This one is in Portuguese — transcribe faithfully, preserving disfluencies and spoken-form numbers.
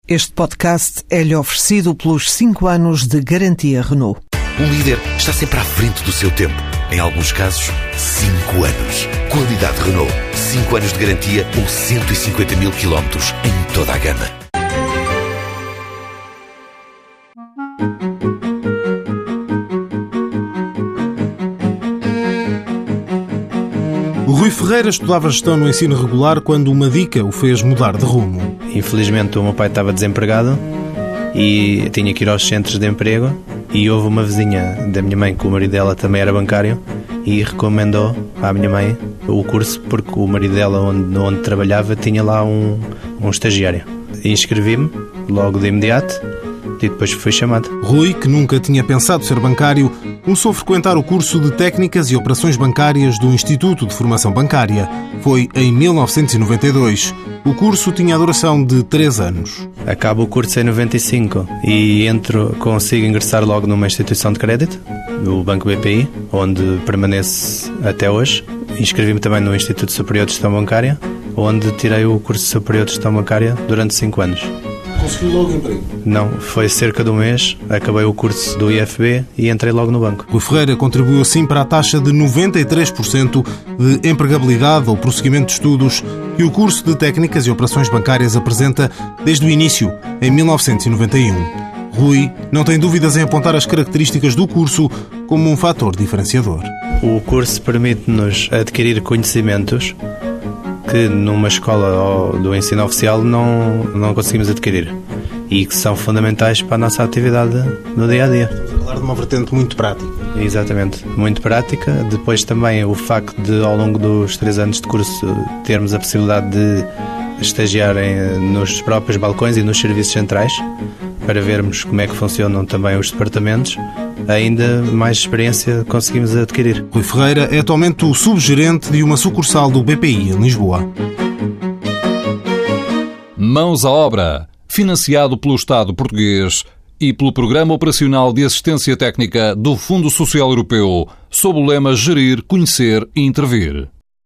Este podcast é-lhe oferecido pelos cinco anos de garantia Renault. Um líder está sempre à frente do seu tempo. Em alguns casos, cinco anos. Qualidade Renault. cinco anos de garantia ou cento e cinquenta mil quilómetros em toda a gama. O Rui Ferreira estudava gestão no ensino regular quando uma dica o fez mudar de rumo. Infelizmente o meu pai estava desempregado e tinha que ir aos centros de emprego, e houve uma vizinha da minha mãe que o marido dela também era bancário e recomendou à minha mãe o curso porque o marido dela onde, onde trabalhava tinha lá um, um estagiário. Inscrevi-me logo de imediato e depois fui chamado. Rui, que nunca tinha pensado ser bancário, começou a frequentar o curso de Técnicas e Operações Bancárias do Instituto de Formação Bancária. Foi em mil novecentos e noventa e dois. O curso tinha a duração de três anos. Acabo o curso em noventa e cinco e entro, consigo ingressar logo numa instituição de crédito, no Banco B P I, onde permaneço até hoje. Inscrevi-me também no Instituto Superior de Gestão Bancária, onde tirei o curso superior de Gestão Bancária durante cinco anos. Conseguiu logo emprego? Não, foi cerca de um mês, acabei o curso do I F B e entrei logo no banco. Rui Ferreira contribuiu assim para a taxa de noventa e três por cento de empregabilidade ou prosseguimento de estudos que o curso de Técnicas e Operações Bancárias apresenta desde o início, em mil novecentos e noventa e um. Rui não tem dúvidas em apontar as características do curso como um fator diferenciador. O curso permite-nos adquirir conhecimentos que numa escola do ensino oficial não, não conseguimos adquirir e que são fundamentais para a nossa atividade no dia-a-dia. Estamos a falar de uma vertente muito prática. Exatamente, muito prática. Depois também o facto de, ao longo dos três anos de curso, termos a possibilidade de estagiar em, nos próprios balcões e nos serviços centrais, para vermos como é que funcionam também os departamentos, ainda mais experiência conseguimos adquirir. Rui Ferreira é atualmente o subgerente de uma sucursal do B P I em Lisboa. Mãos à obra, financiado pelo Estado português e pelo Programa Operacional de Assistência Técnica do Fundo Social Europeu, sob o lema Gerir, Conhecer e Intervir.